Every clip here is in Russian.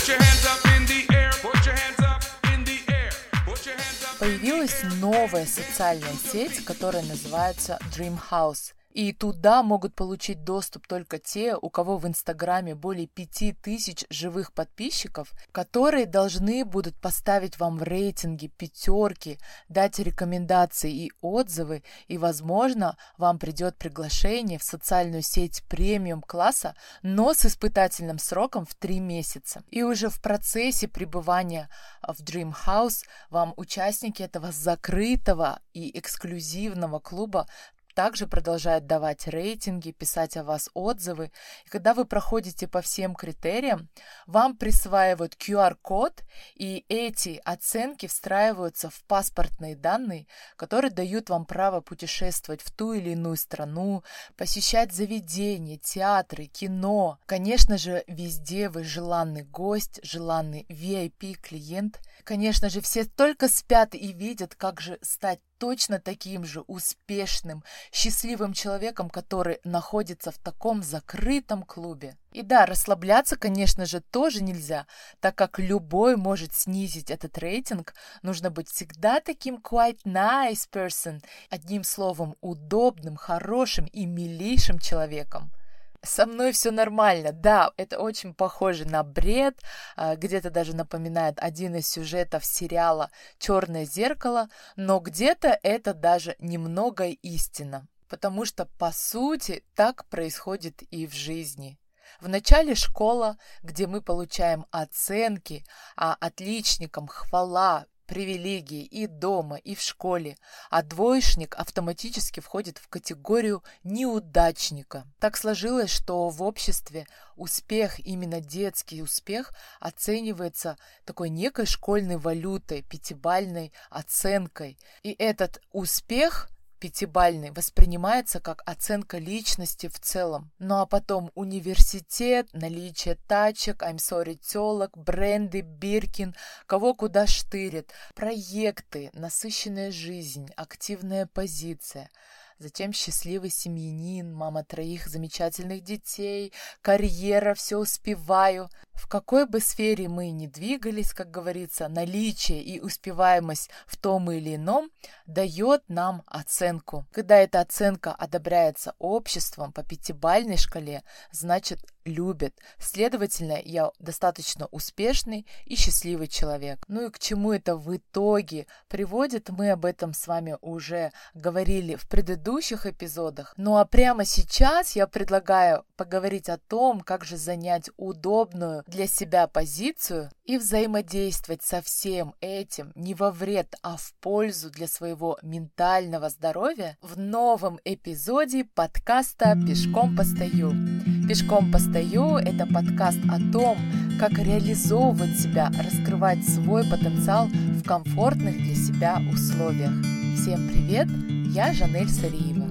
Появилась новая социальная сеть, которая называется Dream House. И туда могут получить доступ только те, у кого в Инстаграме более 5000 живых подписчиков, которые должны будут поставить вам в рейтинге 5, дать рекомендации и отзывы, и, возможно, вам придет приглашение в социальную сеть премиум-класса, но с испытательным сроком в 3 месяца. И уже в процессе пребывания в Dream House вам участники этого закрытого и эксклюзивного клуба также продолжают давать рейтинги, писать о вас отзывы. И когда вы проходите по всем критериям, вам присваивают QR-код, и эти оценки встраиваются в паспортные данные, которые дают вам право путешествовать в ту или иную страну, посещать заведения, театры, кино. Конечно же, везде вы желанный гость, желанный VIP-клиент. Конечно же, все только спят и видят, как же стать точно таким же успешным, счастливым человеком, который находится в таком закрытом клубе. И да, расслабляться, конечно же, тоже нельзя, так как любой может снизить этот рейтинг. Нужно быть всегда таким quite nice person, одним словом, удобным, хорошим и милейшим человеком. Со мной все нормально, да, это очень похоже на бред, где-то даже напоминает один из сюжетов сериала «Черное зеркало», но где-то это даже немного истина, потому что, по сути, так происходит и в жизни. Вначале школа, где мы получаем оценки, а отличникам хвала, привилегии и дома, и в школе, а двоечник автоматически входит в категорию неудачника. Так сложилось, что в обществе успех, именно детский успех, оценивается такой некой школьной валютой, 5-бальной оценкой. И этот успех 5-бальный воспринимается как оценка личности в целом. Ну а потом университет, наличие тачек, I'm sorry, тёлок, бренды, Биркин, кого куда штырит, проекты, насыщенная жизнь, активная позиция. Затем счастливый семьянин, мама 3 замечательных детей, карьера, все успеваю. В какой бы сфере мы ни двигались, как говорится, наличие и успеваемость в том или ином дает нам оценку. Когда эта оценка одобряется обществом по 5-бальной шкале, значит любят. Следовательно, я достаточно успешный и счастливый человек. Ну и к чему это в итоге приводит, мы об этом с вами уже говорили в предыдущих эпизодах. Ну а прямо сейчас я предлагаю поговорить о том, как же занять удобную для себя позицию и взаимодействовать со всем этим не во вред, а в пользу для своего ментального здоровья в новом эпизоде подкаста «Пешком постою». «Пешком постою» — это подкаст о том, как реализовывать себя, раскрывать свой потенциал в комфортных для себя условиях. Всем привет, я Жанель Сариева.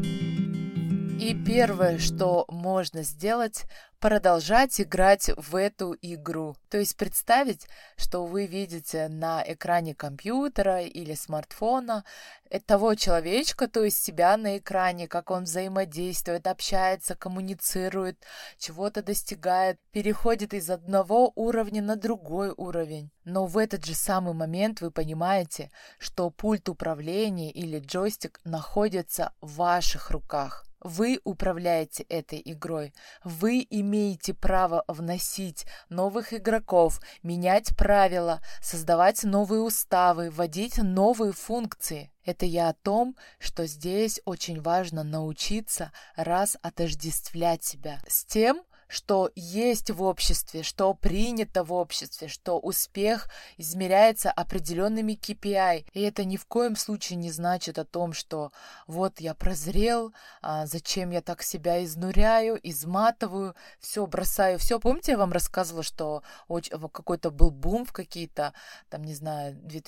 И первое, что можно сделать, продолжать играть в эту игру. То есть представить, что вы видите на экране компьютера или смартфона того человечка, то есть себя на экране, как он взаимодействует, общается, коммуницирует, чего-то достигает, переходит из одного уровня на другой уровень. Но в этот же самый момент вы понимаете, что пульт управления или джойстик находится в ваших руках. Вы управляете этой игрой. Вы имеете право вносить новых игроков, менять правила, создавать новые уставы, вводить новые функции. Это я о том, что здесь очень важно научиться раз отождествлять себя с тем, что есть в обществе, что принято в обществе, что успех измеряется определенными KPI. И это ни в коем случае не значит о том, что вот я прозрел, зачем я так себя изнуряю, изматываю, все бросаю, все. Помните, я вам рассказывала, что какой-то был бум в какие-то, там, не знаю, 2000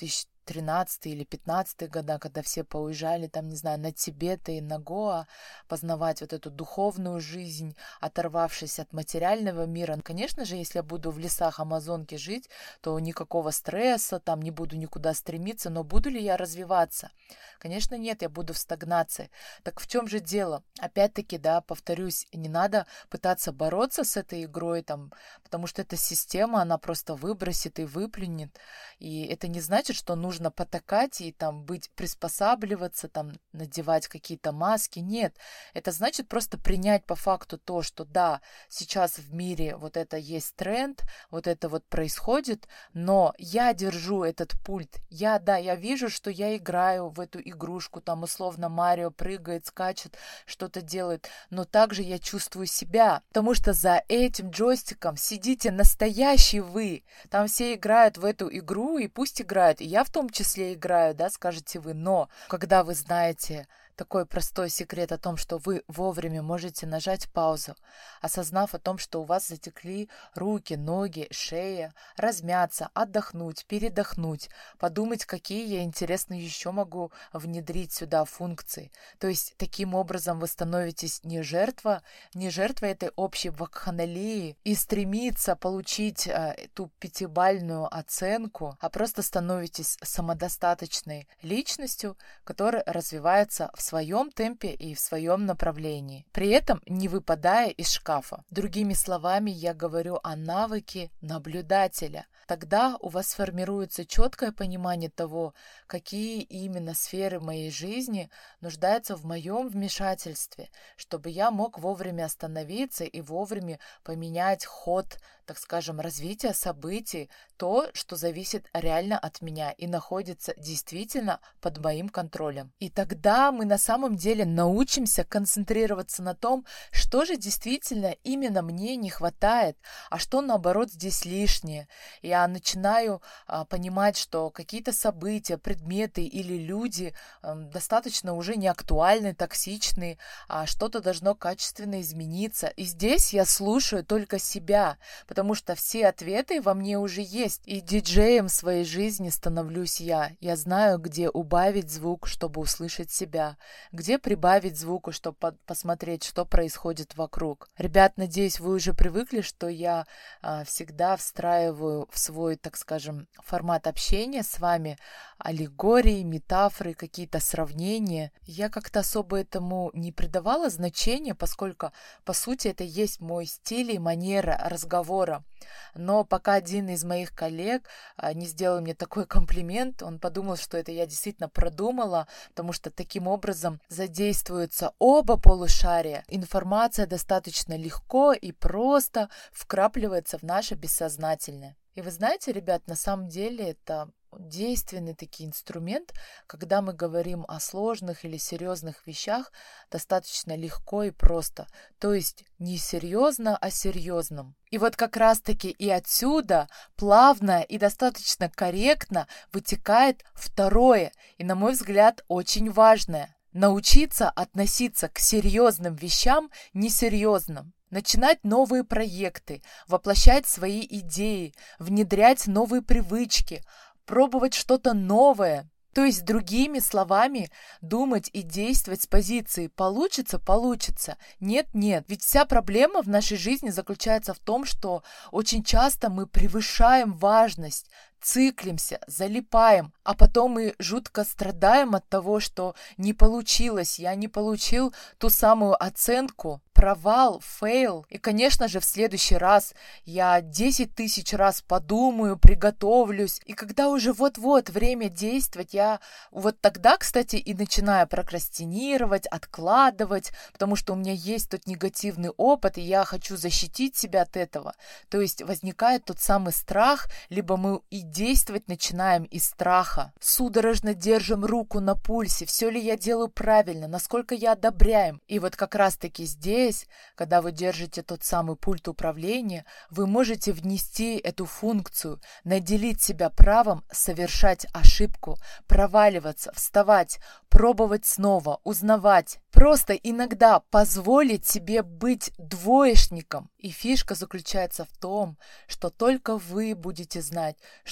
13 или 15 года, когда все поуезжали там, не знаю, на Тибет и на Гоа, познавать вот эту духовную жизнь, оторвавшись от материального мира. Конечно же, если я буду в лесах Амазонки жить, то никакого стресса, там не буду никуда стремиться, но буду ли я развиваться? Конечно, нет, я буду в стагнации. Так в чем же дело? Опять-таки, да, повторюсь, не надо пытаться бороться с этой игрой, там, потому что эта система, она просто выбросит и выплюнет. И это не значит, что нужно потакать и там быть, приспосабливаться, там, надевать какие-то маски. Нет, это значит просто принять по факту то, что да, сейчас в мире вот это есть тренд, вот это вот происходит, но я держу этот пульт. Я вижу, что я играю в эту игрушку, там условно Марио прыгает, скачет, что-то делает, но также я чувствую себя, потому что за этим джойстиком сидите настоящий вы. Там все играют в эту игру, и пусть играют, и я в том числе играю, да, скажете вы, но когда вы знаете такой простой секрет о том, что вы вовремя можете нажать паузу, осознав о том, что у вас затекли руки, ноги, шея, размяться, отдохнуть, передохнуть, подумать, какие я, интересно, еще могу внедрить сюда функции. То есть таким образом вы становитесь не жертвой этой общей вакханалии и стремиться получить ту 5-бальную оценку, а просто становитесь самодостаточной личностью, которая развивается в своем темпе и в своем направлении, при этом не выпадая из шкафа. Другими словами, я говорю о навыке наблюдателя. Тогда у вас сформируется четкое понимание того, какие именно сферы моей жизни нуждаются в моем вмешательстве, чтобы я мог вовремя остановиться и вовремя поменять ход, так скажем, развития событий, то, что зависит реально от меня и находится действительно под моим контролем. И тогда мы на самом деле научимся концентрироваться на том, что же действительно именно мне не хватает, а что наоборот здесь лишнее. Я начинаю понимать, что какие-то события, предметы или люди достаточно уже не актуальны, токсичны, а что-то должно качественно измениться. И здесь я слушаю только себя, потому что все ответы во мне уже есть. И диджеем своей жизни становлюсь я. Я знаю, где убавить звук, чтобы услышать себя, где прибавить звуку, чтобы посмотреть, что происходит вокруг. Ребят, надеюсь, вы уже привыкли, что я всегда встраиваю в свой, так скажем, формат общения с вами аллегории, метафоры, какие-то сравнения. Я как-то особо этому не придавала значения, поскольку, по сути, это есть мой стиль и манера разговора. Но пока один из моих коллег не сделал мне такой комплимент, он подумал, что это я действительно продумала, потому что таким образом задействуются оба полушария. Информация достаточно легко и просто вкрапливается в наше бессознательное. И вы знаете, ребят, на самом деле это действенный такой инструмент, когда мы говорим о сложных или серьезных вещах достаточно легко и просто. То есть не серьезно, а серьезным. И вот как раз-таки и отсюда плавно и достаточно корректно вытекает второе, и, на мой взгляд, очень важное. Научиться относиться к серьезным вещам несерьезным. Начинать новые проекты, воплощать свои идеи, внедрять новые привычки, пробовать что-то новое. То есть, другими словами, думать и действовать с позиции «получится, получится», «нет». Ведь вся проблема в нашей жизни заключается в том, что очень часто мы превышаем важность, циклимся, залипаем, а потом мы жутко страдаем от того, что не получилось, я не получил ту самую оценку, провал, фейл. И, конечно же, в следующий раз я 10 тысяч раз подумаю, приготовлюсь. И когда уже вот-вот время действовать, я вот тогда, кстати, и начинаю прокрастинировать, откладывать, потому что у меня есть тот негативный опыт, и я хочу защитить себя от этого. То есть возникает тот самый страх, либо мы и действовать начинаем из страха. Судорожно держим руку на пульсе, все ли я делаю правильно, насколько я одобряем. И вот как раз-таки здесь, когда вы держите тот самый пульт управления, вы можете внести эту функцию, наделить себя правом совершать ошибку, проваливаться, вставать, пробовать снова, узнавать. Просто иногда позволить себе быть двоечником. И фишка заключается в том, что только вы будете знать, что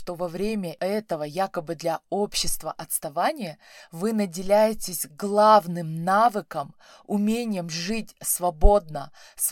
что во время этого якобы для общества отставания вы наделяетесь главным навыком, умением жить свободно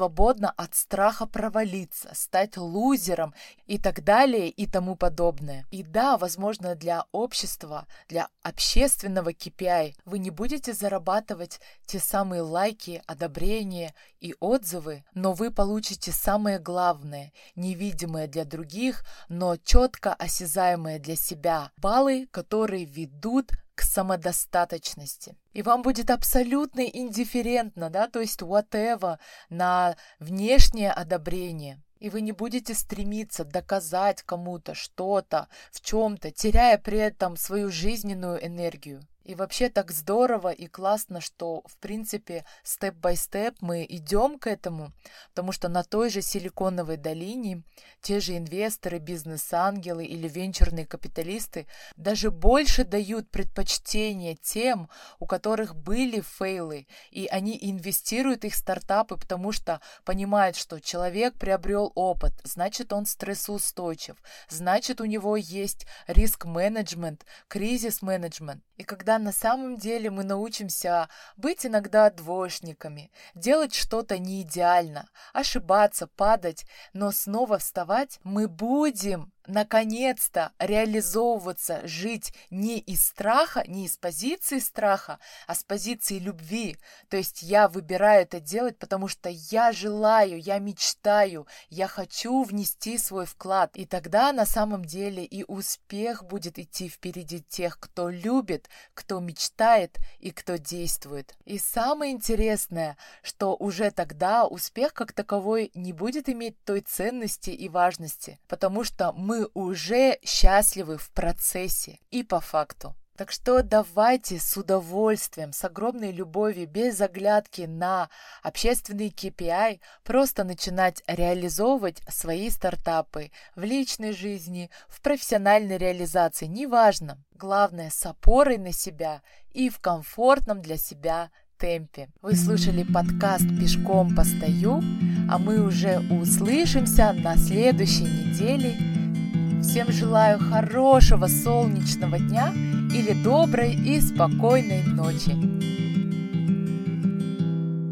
от страха провалиться, стать лузером и так далее и тому подобное. И да, возможно, для общества, для общественного KPI вы не будете зарабатывать те самые лайки, одобрения и отзывы, но вы получите самое главное, невидимое для других, но четко осязаемое для себя, баллы, которые ведут к самодостаточности. И вам будет абсолютно индифферентно, то есть whatever, на внешнее одобрение. И вы не будете стремиться доказать кому-то что-то, в чем-то, теряя при этом свою жизненную энергию. И вообще так здорово и классно, что, в принципе, степ-бай-степ мы идем к этому, потому что на той же Силиконовой долине те же инвесторы, бизнес-ангелы или венчурные капиталисты даже больше дают предпочтение тем, у которых были фейлы, и они инвестируют их в стартапы, потому что понимают, что человек приобрел опыт, значит, он стрессоустойчив, значит, у него есть риск-менеджмент, кризис-менеджмент. И когда на самом деле мы научимся быть иногда двоечниками, делать что-то не идеально, ошибаться, падать, но снова вставать, мы будем наконец-то реализовываться, жить не из страха, не из позиции страха, а с позиции любви. То есть я выбираю это делать, потому что я желаю, я мечтаю, я хочу внести свой вклад. И тогда на самом деле и успех будет идти впереди тех, кто любит, кто мечтает и кто действует. И самое интересное, что уже тогда успех как таковой не будет иметь той ценности и важности, потому что мы уже счастливы в процессе и по факту. Так что давайте с удовольствием, с огромной любовью, без оглядки на общественный KPI, просто начинать реализовывать свои стартапы в личной жизни, в профессиональной реализации, неважно. Главное, с опорой на себя и в комфортном для себя темпе. Вы слушали подкаст «Пешком постою», а мы уже услышимся на следующей неделе. Всем желаю хорошего солнечного дня или доброй и спокойной ночи.